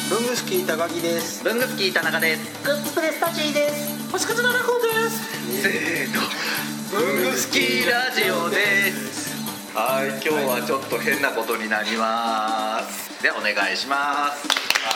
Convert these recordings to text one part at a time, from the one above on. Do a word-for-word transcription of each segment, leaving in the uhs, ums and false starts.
文具スキー高木です。 文具スキー田中です。 グッズプレスタチーです。 星屑のラコンです。 せーの、文具スキーラジオです。はい、今日はちょっと変なことになります。ではお願いします。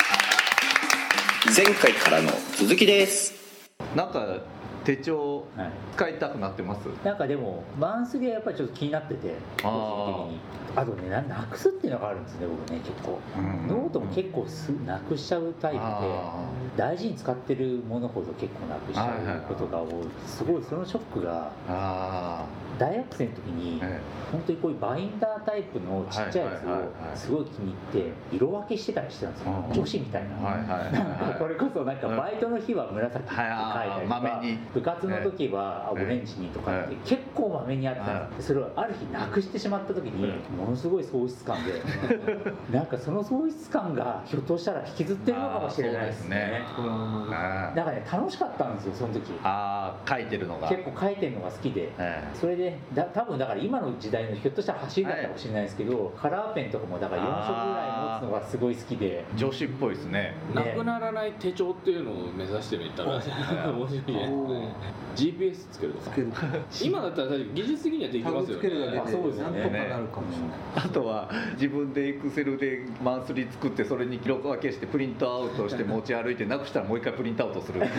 前回からの続きです。 なんか手帳使いたくなってます？ はい、なんかでもマンスリーはやっぱりちょっと気になってて、個人的に。あとね、な, なくすっていうのがあるんですね、僕ね、結構、うん、ノートも結構すなくしちゃうタイプで、大事に使ってるものほど結構なくしちゃうことが多い。すごいそのショックが、大学生の時に、ええ、本当にこういうバインダータイプのちっちゃいやつをすごい気に入って色分けしてたりしてたんですよ、女子みたいな。なんかこれこそなんかバイトの日は紫って書いたりとか、部活の時はオレンジにとかって結構まめにやってたんです。それをある日なくしてしまった時にものすごい喪失感でなんかその喪失感がひょっとしたら引きずってるのかもしれないですね。だからね、楽しかったんですよ、その時。 ああ、書いてるのが結構書いてるのが好きで、それでだ多分だから今の時代のひょっとしたら走りだったかもしれないですけど、はい、カラーペンとかもだからよんしょくぐらい持つのがすごい好きで、 女子っぽいですね。 なくならない手帳っていうのを目指してみたら面白いですね。ジーピーエス つけるとか今だったら技術的にはできますよね。 あ、そうですね。なんとかなるかもしれない。 あとは自分でエクセルでマンスリー作ってそれに記録分けしてプリントアウトして持ち歩いてなくしたらもう一回プリントアウトする。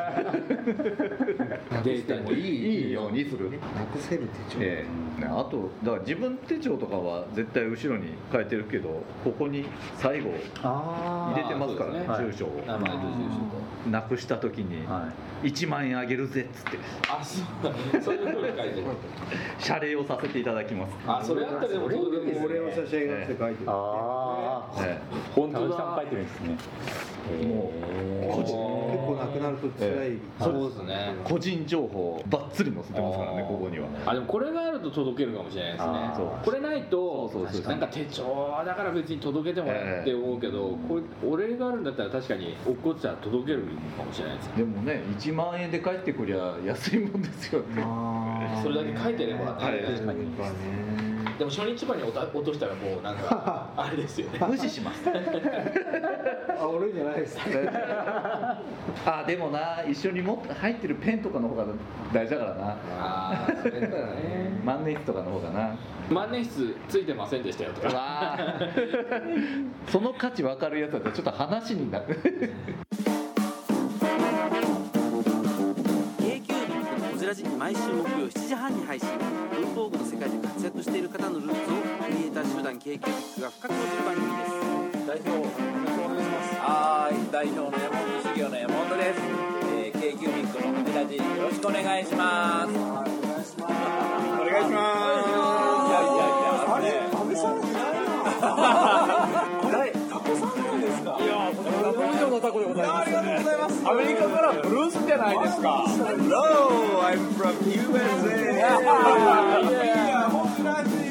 データもいい、 いいようにする。 なくせる手帳。 ええ、あとだから自分手帳とかは絶対後ろに書いてるけど、ここに最後入れてますからね、住所を。 名前と住所と。 なくした時にいちまんえんあげるぜっつって。 あ、そうそういうふうに書いてる。 謝礼をさせていただきます。 あ、それあったらでも俺を差し上げますって書いてる。 ああ、 本当だ。 書いてるんですね。 もう個人結構なくなると辛い。 そうですね。 個人情報バッツリ載せてますからね、ここには。 あ、でもこれがあると届けるかもしれないですね。これないとなんか手帳だから別に届けてもらって思うけど、これ俺があるんだったら確かに落っこちたら届けるかもしれないですね。 でもね、いちまんえんで帰ってくりゃ安いもんですよね。 それだけ書いてればね。確かに。でも初日場に落としたらもうなんかあれですよね。 無視します。 あ、俺じゃないですね。 あ、でもな、一緒にも入ってるペンとかの方が大事だからな。 ああ、それだからね。 万年筆とかの方がな。 万年筆ついてませんでしたよとか。 その価値分かるやつだったらちょっと話になる。 毎週木曜しちじはんに配信。文房具の世界で活躍している方のルーツをクリエイター集団 K-キュービックが深く落ちる番組です。 代表よろしくお願いします。はい、代表の山本修行の山本です。えー、K-キュービックのホジラジよろしくお願いします。はい、お願いします。お願いします。いやいやいや、あれ安倍さんいないな。誰？タコさんなんですか？いや、これタコ以上のタコでございます。ありがとうございます。アメリカからブルースじゃないですか。Hello, I'm from ユーエスエー。いや、ホジラジ。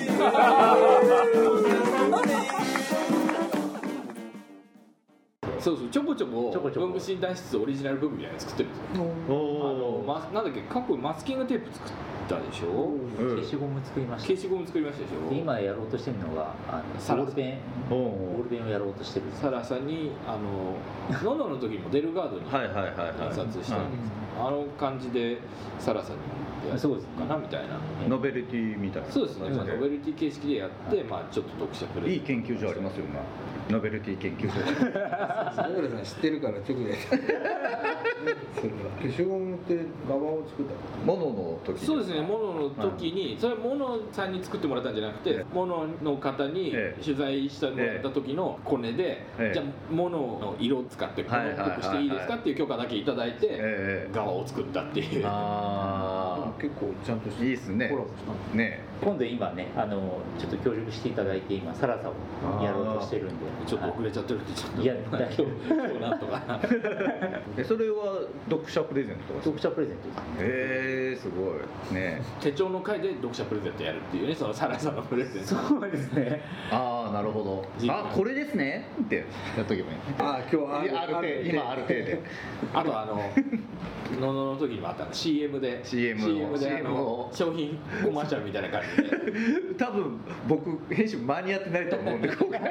そうそう、ちょこちょこ文具診断室オリジナル文具みたいなの作ってるんですよ。あの、ま、なんだっけ、過去マスキングテープ作ったでしょ。 消しゴム作りました。 消しゴム作りましたでしょ。 今やろうとしてるのがあのボールペン、ボールペンをやろうとしてる。 サラさんにあのノノの時もデルガードに印刷したんです。あの感じでサラさんにやるかなみたいな。 ノベルティみたいな。 そうですね。ノベルティ形式でやって、まあちょっと読者プレゼント。 いい研究所ありますよね。ノベルティ研究所。 相良さん知ってるから直で。消しゴムって側を作ったモノの時。 そうですね。モノの時に、それはモノさんに作ってもらったんじゃなくて、モノの方に取材してもらった時のコネで、じゃあモノの色を使ってこのっぽくしていいですかっていう許可だけいただいて側を作ったっていう。 ああ、 結構ちゃんとしていいですね。ね。 今度今ね、あのちょっと協力していただいて今サラさをやろうとしてるんで、 ちょっと遅れちゃってるってちょっと。 いや、 今日なんとか。 え、それは読者プレゼントとか。 読者プレゼントですね。 ええ、すごいね。 手帳の会で読者プレゼントやるっていうね、そのサラさんのプレゼント。 そうですね。 ああ、なるほど。あ、これですねってやっとけばいい。 あ、今日ある程度、今ある程度。 あとあのののの時にもあったの シーエム でシーエムシーエム であの商品コマーシャルみたいな感じで多分僕編集間に合ってないと思うんで今回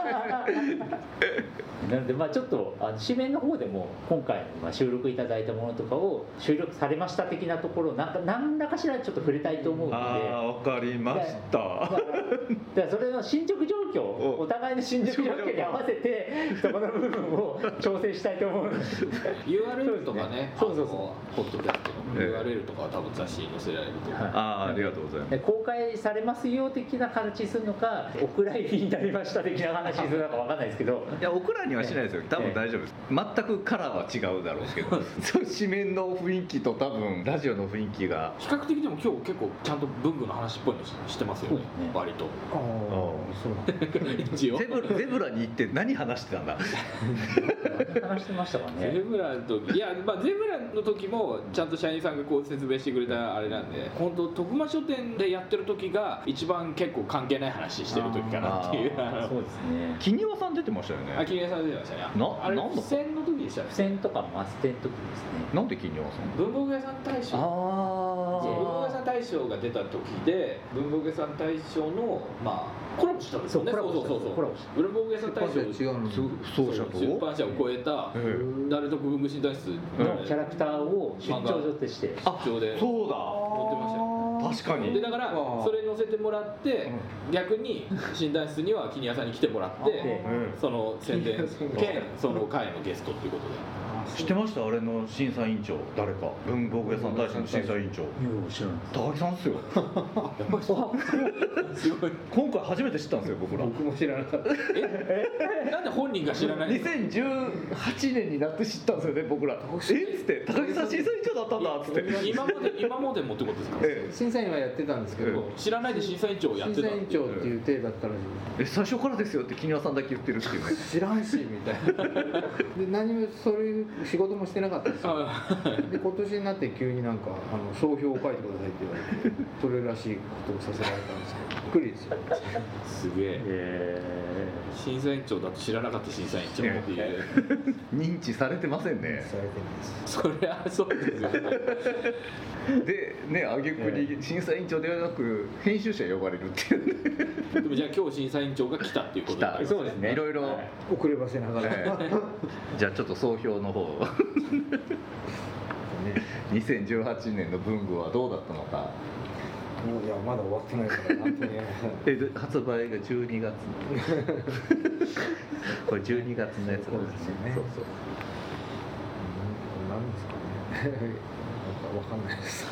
なのでまあちょっとあの紙面の方でも今回のまあ収録いただいたものとかを収録されました的なところをなんか何らかしらちょっと触れたいと思うので、 ああ分かりましただからだからそれの進捗状況お互いの進捗状況に合わせてそこの部分を調整したいと思うのでユーアールエル とかね、 そうそうそうあのポッドキャストの ユーアールエル とかは多分雑誌に載せられると思う、 はいああありがとうございます。 公開されますよ的な形するのかお蔵入りになりました的な話するのか分かんないですけどいやオクラにはしないですよ、多分大丈夫です、全くカラーは違うだろうけどそう紙面の雰囲気と多分ラジオの雰囲気が比較的でも今日結構ちゃんと文具の話っぽいのししてますよね、割とああそうなんだ一応ゼブゼブラに行って何話してたんだ話してましたかねゼブラの時いや、まあ、ゼブラの時もちゃんと社員さんがこう説明してくれたあれなんで本当徳間書店でやってる時が一番結構関係ない話してる時かなっていうあのそうですね木庭さん出てましたよねあ、木根さん出てましたねなあれなんだ付箋の時でしたね付箋とかマステンの時ですねなんで木庭さん文房具屋さん大賞あ文房具屋さん大賞が出た時で文房具屋さん大賞のまあコラボしたんですよね。 そうコラボしたそうそうそうコラボした文房具屋さん大賞違うのに奏者と出版社を超えたえ誰得文具診断室のキャラクターを出張所としてあ出張で載ってそうだましたよ。 確かにでだからそれ載せてもらって逆に診断室には木庭さんに来てもらってうんその宣伝兼その会のゲストということで。 知ってましたあれの審査委員長誰か文房具屋さん大使の審査委員長いや知らない高木さんですよやっぱりそうすごい。 今回初めて知ったんですよ僕ら僕も知らなかったえなんで本人が知らないの？ にせんじゅうはちねんになって知ったんですよね僕らえっつって高木さん審査委員長だったんだっつって今まで今までもってことですか？ え審査員はやってたんですけど知らないで審査委員長をやってた審査員長っていう体だったらしいえ最初からですよって木庭さんだけ言ってるっていうね知らんしみたいなで何もそういう仕事もしてなかったんですよで今年になって急になんかあの総評を書いてくださいって言われてそれらしいことをさせられたんですけどびっくりですよすげええ審査委員長だと知らなかった審査委員長っていう認知されてませんねされてるんですそれはそうですよねでね挙句に審査委員長ではなく編集者呼ばれるっていうねでもじゃあ今日審査委員長が来たっていうこと来たそうですねいろいろ、 はい遅ればせながら、 ええじゃあちょっと総評の方にせんじゅうはちねんの文具はどうだったのかもういやまだ終わってないからなんとも言えないえで発売がじゅうにがつこれじゅうにがつのやつなんですよねそうそう何ですかねなんかわかんないです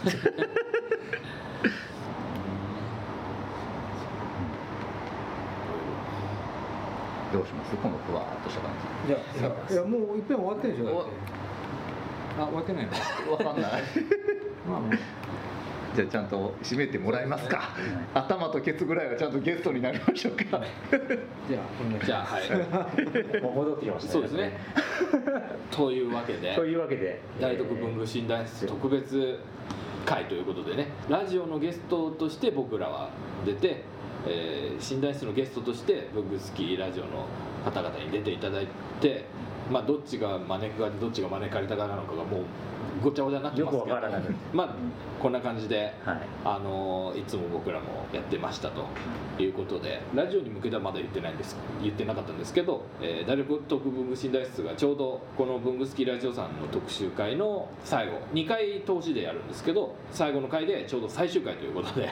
どうしますこのふわーっとした感いやいやいやもういっぺん終わってるでしょだってあ終わってないのじわかんないまあまあじゃあちゃんと締めてもらえますか、頭とケツぐらいはちゃんとゲストになりましょうかじゃあお願いしますじゃあはいもう戻ってきましたねそうですねというわけでというわけで大徳文具診断室特別会ということでねラジオのゲストとして僕らは出て、えー、診断室のゲストとして文具好きラジオの方々に出ていただいてまあどっちが招く側でどっちが招かれた側なのかがもうごちゃごちゃになってますけどよくわからなくまあこんな感じで、 はいあのいつも僕らもやってましたということでラジオに向けてはまだ言ってないんです言ってなかったんですけど、えー、大学特文具診断室がちょうどこの文具好きラジオさんの特集会の最後にかい通しでやるんですけど最後の回でちょうど最終回ということで、 あ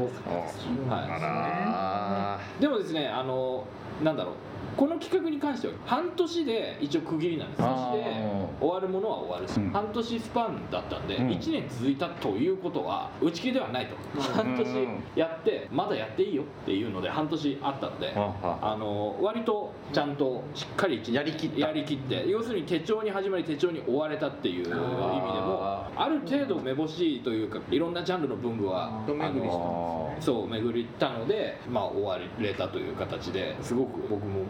はらい、でもですねあのなんだろうこの企画に関しては半年で一応区切りなんですあーそして終わるものは終わるし、 うん半年スパンだったんで、 うんいちねん続いたということは打ち切りではないと、半年やってまだやっていいよっていうので半年あったので、 ははあの割とちゃんとしっかりやりきったやりきって要するに手帳に始まり手帳に追われたっていう意味でもある程度めぼしいというかいろんなジャンルの文具はあーあのそう巡りったので、まあ、終われたという形ですごく僕も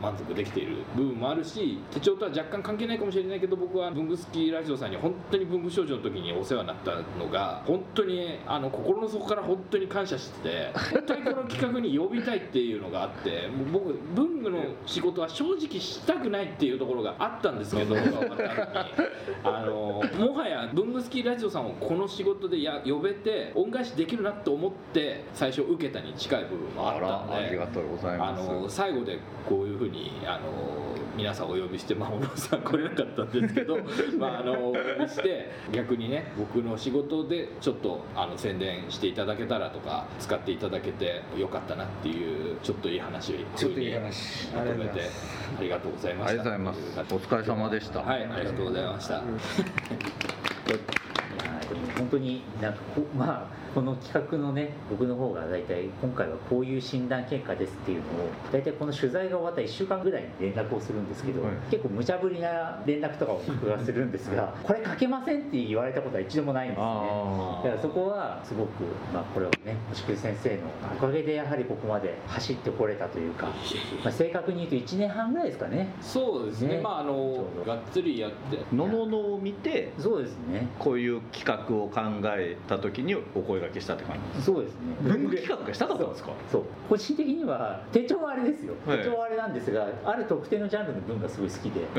満足できている部分もあるし、手帳とは若干関係ないかもしれないけど、僕は文具好きラジオさんに本当に文具少女の時にお世話になったのが本当にあの心の底から本当に感謝してて、本当にこの企画に呼びたいっていうのがあって、もう僕文具の仕事は正直したくないっていうところがあったんですけど、あのもはや文具好きラジオさんをこの仕事でや呼べて恩返しできるなと思って最初受けたに近い部分もあったんで、 ありがとうございます。 あの最後でこういうふうにあの皆さんお呼びして、まあ小野さん来れなかったんですけどまああのお呼びして逆にね僕の仕事でちょっとあの宣伝していただけたらとか使っていただけてよかったなっていうちょっといい話をちょっといい話まとめてありがとうございました。 ありがとうございます。お疲れ様でした。 はい、ありがとうございました。 いやでも本当になんかこまあこの企画のね僕の方が大体今回はこういう診断結果ですっていうのを大体この取材が終わったいっしゅうかんぐらいに連絡をするんですけど、はい、結構無茶ぶりな連絡とかを僕がするんですがこれ書けませんって言われたことは一度もないんですね。だからそこはすごく、まあ、これはね星屑先生のおかげでやはりここまで走ってこれたというか、まあ、正確に言うといちねんはんぐらいですかね。 そうですね、ねまああのがっつりやってのののを見てそうですねこういう企画を考えた時にお声掛けしたって感じです。 そうですね。 文具企画がしたかったんですか。 そう個人的には手帳はあれですよ、はい、手帳はあれなんですがある特定のジャンルの文がすごい好きで、うん、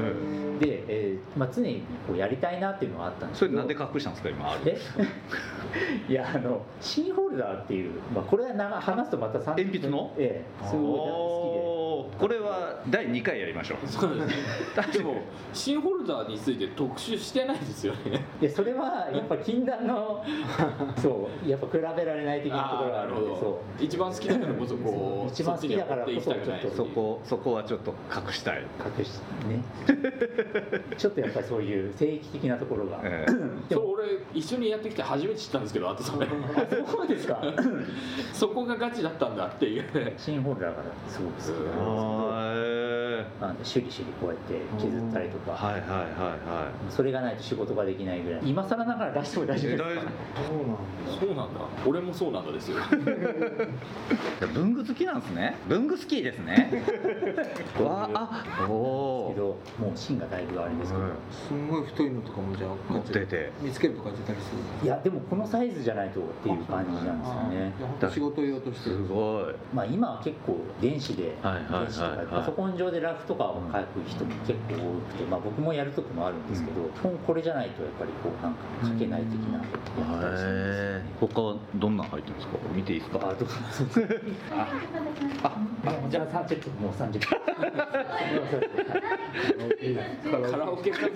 で、えーまあ、常にこうやりたいなっていうのがあったんですけど。 それなんで隠したんですか今あるえいやあのシーホルダーっていう、まあ、これは長話すとまたさん鉛筆のええすごい好きで。 これはだいにかいやりましょう。 そうですねでも新ホルダーについて特集してないですよね。 いやそれはやっぱ禁断のそうやっぱ比べられない的なところがあるので、そう一番好きだからこそこう一番好きだからこそちょっとそこそこはちょっと隠したい隠しねちょっとやっぱりそういう聖域的なところが、えー、それ俺一緒にやってきて初めて知ったんですけど、あとそれそうですかそこがガチだったんだっていう新ホルダーがすごく好きなんですあのシュリシュリこうやって削ったりとか、 はいはいはいはい、 それがないと仕事ができないぐらい。今更ながら出しても大丈夫ですか。 そうなんだ俺もそうなんだですよ文具好きなんですね。文具好きですねわあおおけどもう芯がだいぶあれですけど、うん、 すんごい太いのとかもじゃあ持ってて見つけるとか出たりする。 いやでもこのサイズじゃないとっていう感じなんですよね。 仕事用としてすごい。 まあ今は結構電子で、はいはいはいはい、電子とかパソコン上でラフとかを書く人も結構多くて、まあ僕もやる時もあるんですけど、基本これじゃないとやっぱりこうなんか書けない的なやったりするんですよね。 他はどんなの入ってるんですか。見ていいですか。 あどうぞああじゃあさんじゅっぷんもうさんじゅっぷんカラオケか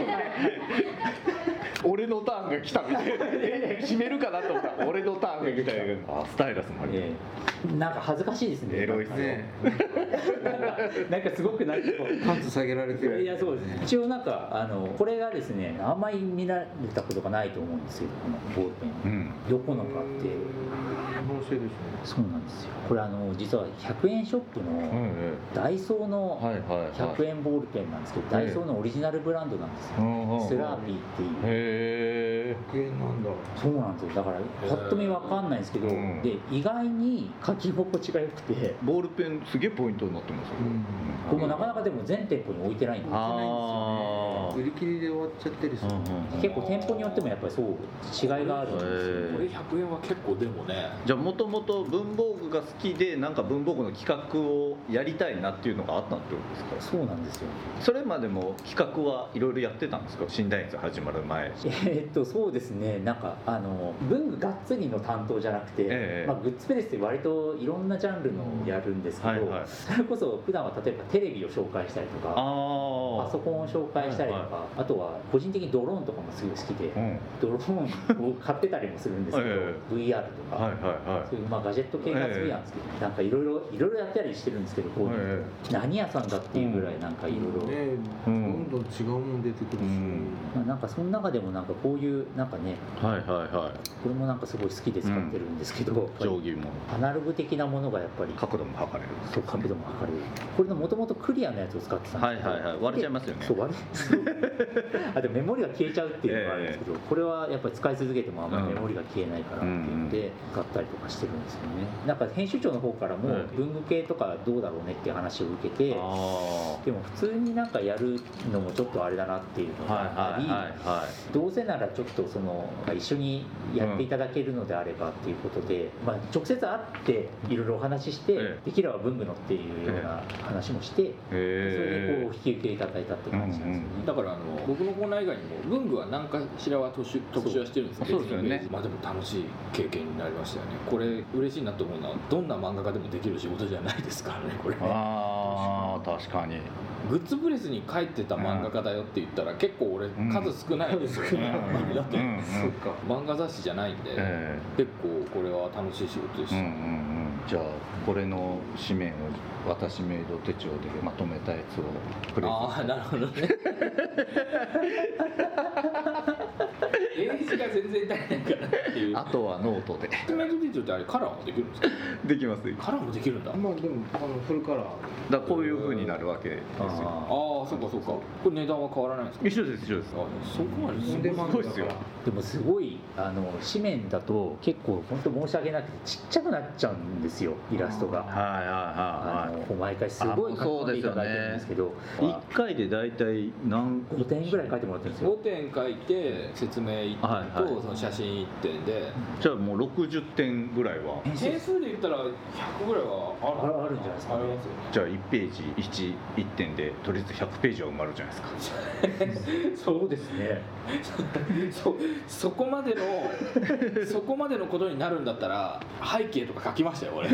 俺のターンが来たみたいな決めるかなと思ったら俺のターンが来たよ。あスタイラスもある、 えー、なんか恥ずかしいですね。 エロいっすねなんかなんかすごくなんかこうパンツ下げられてる。 いやそうですね。一応なんかあのこれがですねあんまり見られたことがないと思うんですけど、このボールペン、うん、横のかって面白いですね。 そうなんですよ。これあの実はひゃくえんショップのダイソーのひゃくえんボールペンなんですけど、ダイソーのオリジナルブランドなんですよ。スラーピーっていう。 へひゃくえんなんだ。 そうなんですよ。だからパッと見わかんないんですけど、で意外に書き心地が良くて、 ボールペンすげえポイントになってますよ。 これもなかなかでも全店舗に置いてないんですよね。 売り切りで終わっちゃったりする。 結構店舗によってもやっぱりそう違いがあるんですよ。 これひゃくえんは結構でもね。 じゃあもともと文房具が好きでなんか文房具の企画をやりたいなっていうのがあったってことですか。 そうなんですよ。 それまでも企画はいろいろやってたんですか。新大学始まる前。 えー、っとそうですね。なんかあの文具がっつりの担当じゃなくて、えーまあ、グッズペレスって割といろんなジャンルのをやるんですけど、はいはい、それこそ普段は例えばテレビを紹介したりとか、パソコンを紹介したりとか、はいはい、あとは個人的にドローンとかもすごい好きで、うん、ドローンを買ってたりもするんですけど、えー、ブイアール とか、はいはいはい、そういうまあガジェット系が好きなんですけど、えー、なんかいろいろいろいろやったりしてるんですけど、こういうえー、何屋さんだっていうぐらいなんかいろいろどんどん違うもの出てくるし、うんまあ、なんかその中でもなんかこういうなんかね、 はいはいはい、 これもなんかすごい好きで使ってるんですけど、うん、 定規もアナログ的なものがやっぱり角度も測れる。 そう角度も測れる。これのもともとクリアのやつを使ってたんですけど、 はいはいはい、割れちゃいますよね。 そう割れそうあでもメモリが消えちゃうっていうのがあるんですけど、これはやっぱり使い続けてもあんまりメモリが消えないからっていうので使ったりとかしてるんですよね。なんか編集長の方からも文具系とかどうだろうねっていう話を受けて、でも普通になんかやるのもちょっとあれだなっていうのがあり、どうせならちょっとその一緒にやっていただけるのであればっていうことで、まあ、直接会っていろいろお話しして、できれば文具のっていうような話もして、それでこう引き受けいただいたって感じなんですよね。 だからあの僕のコーナー以外にも文具は何かしらは特集特集はしてるんですけど、 そうですよね。 まあでも楽しい経験になりましたよね。これ嬉しいなと思うのは、どんな漫画家でもできる仕事じゃないですからね、これね。 ああ確かに。 グッズプレスに書いてた漫画家だよって言ったら結構俺数少ないですよね。だって漫画雑誌じゃないんで、結構これは楽しい仕事でした。 じゃあこれの紙面を私メイド手帳でまとめたやつをプレゼント。 ああなるほどね。英字が全然足りないからっていう。 あとはノートで。 メイド手帳ってあれカラーもできるんですか？ できます。 カラーもできるんだ。 まあでもあのフルカラーだこういう風になるわけですよ。 ああそうかそうか。これ値段は変わらないんですか？ 一緒です一緒です。 そこまですごいですよ。 でもすごいあの紙面だと結構本当申し訳なくてちっちゃくなっちゃうんですよ、イラストが。はいはいはい。 毎回すごい書き込んでいただいてるんですけど、 いっかいでだいたい何ごてんぐらい書いてもらってるんですよ。 ごてん書いて説明いってんとその写真いってんで、 じゃあもうろくじゅってんぐらいは点数で言ったらひゃくぐらいはあるあるんじゃないですかね。 じゃあいちページ いち, いってんでとりあえずひゃくページは埋まるじゃないですか。 そうですね。 そ, そこまでのそこまでのことになるんだったら背景とか書きましたよ俺。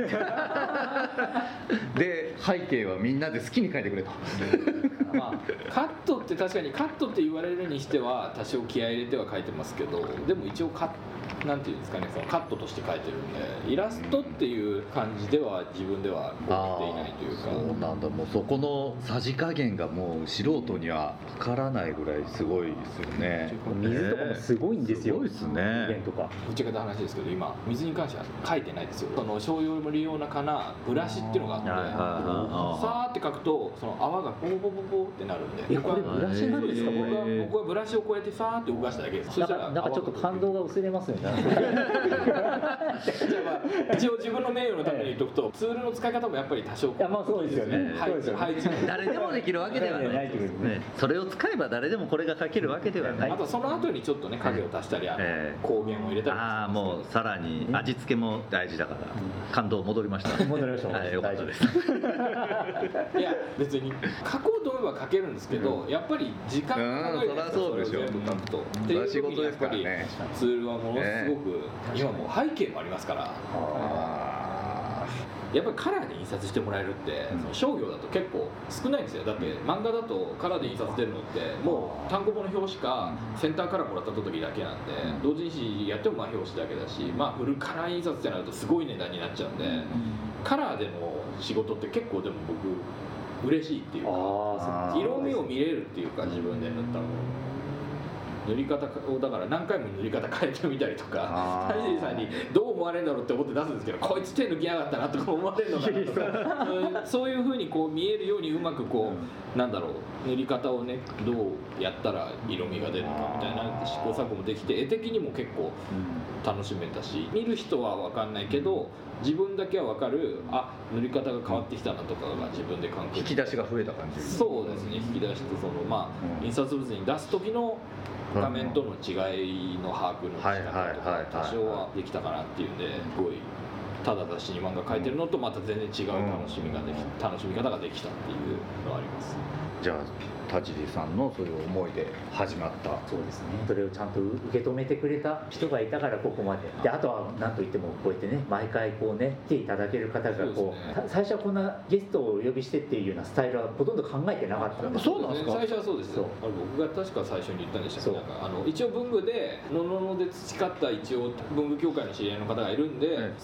で背景はみんなで好きに書いてくれと。 まあカットって確かにカットって言われるにしては多少気合い入れては書いてますけど、でも一応カッなんていうんですかね、そのカットとして書いてるんで、イラストっていう感じでは自分では思っていないというか。 そうなんだ。もうそこのさじ加減がもう素人にはわからないぐらいすごいですよね。 水とかもすごいんですよ。 すごいですね。 とかぶっちゃけた話ですけど、今水に関しては書いてないですよ。その商用無用なかなブラシっていうのがあって、さーって書くとその泡がポポポポポってなるんで。 え、これブラシなんですか？ 僕は僕はブラシをこうやってさーって動かしただけです。 なんかなんかちょっと感動が薄れますよね。 一応自分の名誉のために言っとくと、ツールの使い方もやっぱり多少。いやまあそうですよね。 誰でもできるわけではないですね。それを使えば誰でもこれが書けるわけではない。 あとその後にちょっとね影を足したり、光源を入れたり。 ああもうさらに味付けも大事だから感動戻りました。 戻りました。 はい、よかったです。 いや別に書こうと思えば書けるんですけど、やっぱり時間がかかる。 そりゃそうでしょ。 全部書くと。っていう時にやっぱりツールはものすごく今もう背景もありますから。やっぱりカラーで印刷してもらえるって、その商業だと結構少ないんですよ。だって漫画だとカラーで印刷出るのってもう単行本の表紙かセンターカラーもらった時だけなんで、同人誌やってもまあ表紙だけだし、まあフルカラー印刷ってなるとすごい値段になっちゃうんで、カラーでの仕事って結構でも僕嬉しいっていうか、色味を見れるっていうか、自分で塗ったもの塗り方をだから何回も塗り方変えてみたりとか、タイジーさんにどう思われるんだろうって思って出すんですけど、こいつ手抜きやがったなとか思われるのかなとかそういう風にこう見えるようにうまくこうなんだろう塗り方をねどうやったら色味が出るのかみたいな試行錯誤もできて、絵的にも結構楽しめたし、見る人は分かんないけど自分だけは分かる、あ塗り方が変わってきたなとかが自分で感覚引き出しが増えた感じ。 そうですね、引き出しとそのまあ印刷物に出す時の画面との違いの把握の仕方とか多少はできたかなっていうんで、すごいただ雑誌に漫画描いてるのとまた全然違う楽しみができ、楽しみ方ができたっていうのはあります。 じゃあ田尻さんのそういう思いで始まった。 そうですね。それをちゃんと受け止めてくれた人がいたからここまで。であとは何といってもこうやってね毎回こうね来ていただける方がこう、ね、最初はこんなゲストをお呼びしてっていうようなスタイルはほとんど考えてなかったんです。 そうなんですか。最初はそうですよ。あれ僕が確か最初に言ったんでしたっけ。なんかあの一応文具でののので培った一応文具協会の知り合いの方がいるんで、うん、専門知識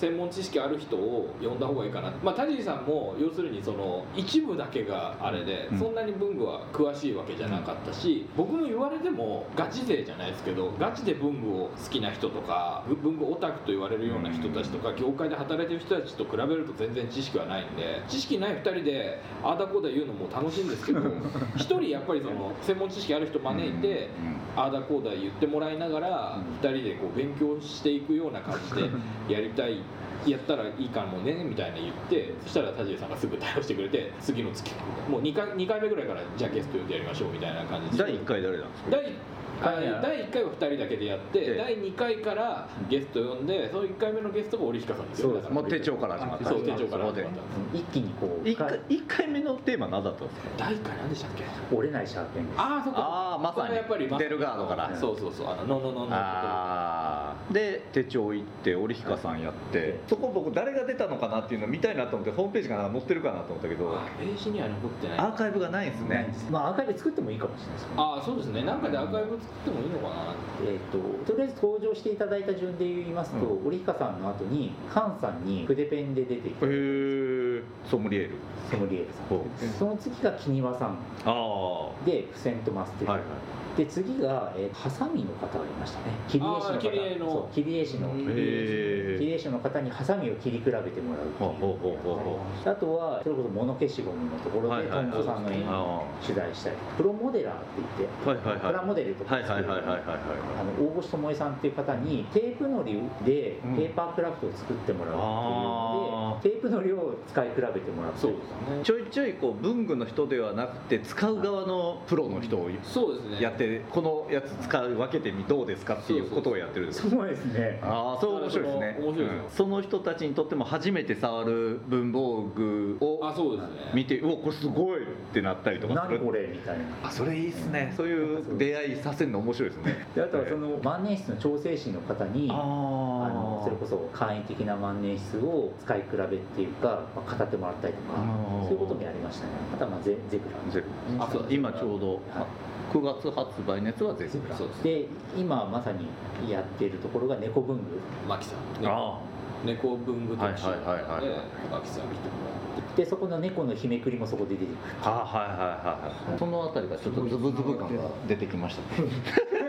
識ある人を呼んだ方がいいかな。まあ田尻さんも要するにその一部だけがあれで、うん、そんなに文具は詳しいわけじゃなかったし、うん、僕も言われてもガチ勢じゃないですけど、ガチで文具を好きな人とか文具オタクと言われるような人たちとか、業界で働いてる人たちと比べると全然知識はないんで、知識ないふたりであーだこーだ言うのも楽しいんですけどひとりやっぱりその専門知識ある人招いてあーだこーだ言ってもらいながらふたりでこう勉強していくような感じでやりたいやったらいいかもねみたいな言って、そしたら田尻さんがすぐ対応してくれて、次の月もう 2, 回にかいめぐらいからじゃあゲスト呼んでやりましょうみたいな感じで。 だいいっかい誰なんですか？ 第だいいっかいはふたりだけでやって、ええ、だいにかいからゲスト呼んで、そのいっかいめのゲストが織彦さんですよ。 もう手帳から始まった。 そう、手帳から始まった。 一気にこういっかいめのテーマ何だったんですか？ だいいっかい何でしたっけ？ 折れないシャーペンです。 ああ、そこ。 ああ、まさにやっぱりデルガードから。 そうそうそう、あのノノノノああ。で手帳行って織彦さんやって、そこ僕誰が出たのかなっていうの見たいなと思ってホームページかな載ってるかなと思ったけど、 ページには残ってない。 アーカイブがないんですね。 まあアーカイブ作ってもいいかもしれないですね。 ああ、そうですね。なんかでアーカイブ作ってもいいのかな。 えー、ととりあえず登場していただいた順で言いますと、うん、織彦さんの後に菅さんに筆ペンで出てきて、 へー、ソムリエールソムリエールさん、その次が木庭さんあで付箋とマステル、はいはい、で次が、えー、ハサミの方がいましたね。切り絵師の方、切り絵のそう切り絵師の切り絵師の方にハサミを切り比べてもらうっていう、あとはそれこそ物消しゴムのところでトンボさんの絵を取材したり、プロモデラーって言って、はいはいはい、プラモデルとか作る大越智恵さんっていう方にテープのりでペーパークラフトを作ってもらうっていうので、うん、テープのりを使い比べてもらう。そうですね。ちょいちょいこう文具の人ではなくて使う側のプロの人をやって、このやつ使う分けてみどうですかっていうことをやってるんです。 そうですね。 ああ、そう面白いですね。面白いです、うん、その人たちにとっても初めて触る文房具を見て、うお、これすごいってなったりとかする。 何これみたいな。 あ、それいいですね。そういう出会いさせるの面白いですね。 であとはその万年筆の調整士の方に、あのそれこそ簡易的な万年筆を使い比べっていうか、まあ、語ってもらったりとか、そういうこともやりましたね。あとはまあゼゼクラゼクラあ、今ちょうど、はい、くがつ発売のやつはゼクラで、今まさにやっているところが猫文具、 マキさん、ね、あ猫文具特集でマキさん来てもらって、 でそこの猫の日めくりもそこで出てくる。 あ、はいはいはいはい。そのあたりがちょっとズブズブ感が出てきましたね。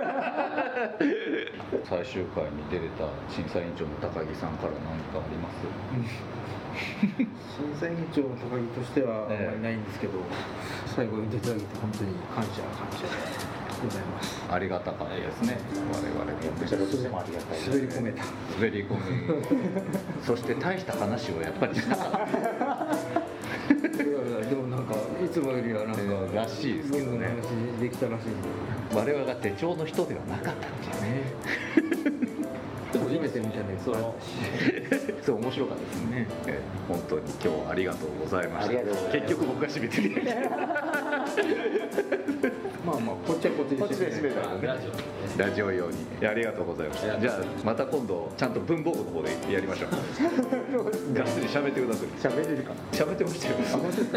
最終回に出れた審査委員長の高木さんから何かあります？ 審査委員長の高木としてはあまりないんですけど、最後に出てあげて本当に感謝感謝でございます。 ありがたかったですね。我々もめちゃくちゃありがたい。 滑り込めた。 滑り込め。そして大した話をやっぱりしなかった。 でもなんかいつもよりはなんからしいですけどね。 できたらしいんで。 我々が手帳の人ではなかったっていうね。 でも初めて見たね。そのそう面白かったですね。えー、本当に今日はありがとうございました。結局僕が締めてる。 まあまあこっちはこっちで締めた、 ね、ラジオラジオ用にありがとうございました。じゃあまた今度ちゃんと文房具の方でやりましょう。がっつり喋ってください。 喋れるかな。 喋ってましたよ。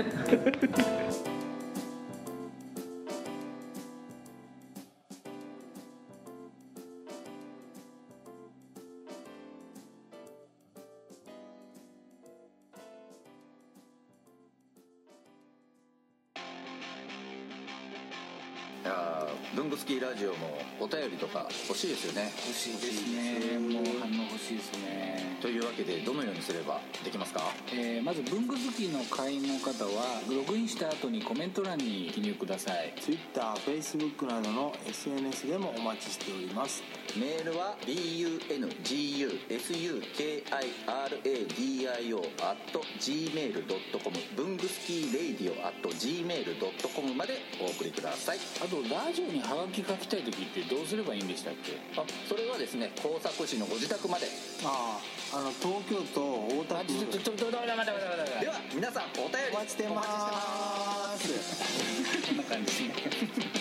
文具スキーラジオもお便りとか欲しいですよね。 欲しいですね。もう反応欲しいですね。 というわけでどのようにすればできますか？ えー、まず文具好きの会員の方はログインした後にコメント欄に記入ください。 Twitter、Facebook などの エスエヌエス でもお待ちしております。 メールは ブングスキーラジオ アット ジーメールドットコム 文具スキーレイディオ アット ジーメールドットコム までお送りください。 あとラジオにハガキ書きたい時ってどうすればいいんでしたっけ？ あ、それはですね、工作士のご自宅まで。 ああ、あの東京都大田区。 ちょちょちょちょ待って待って待って待って。 では皆さんお便りお待ちしてます。 こんな感じですね。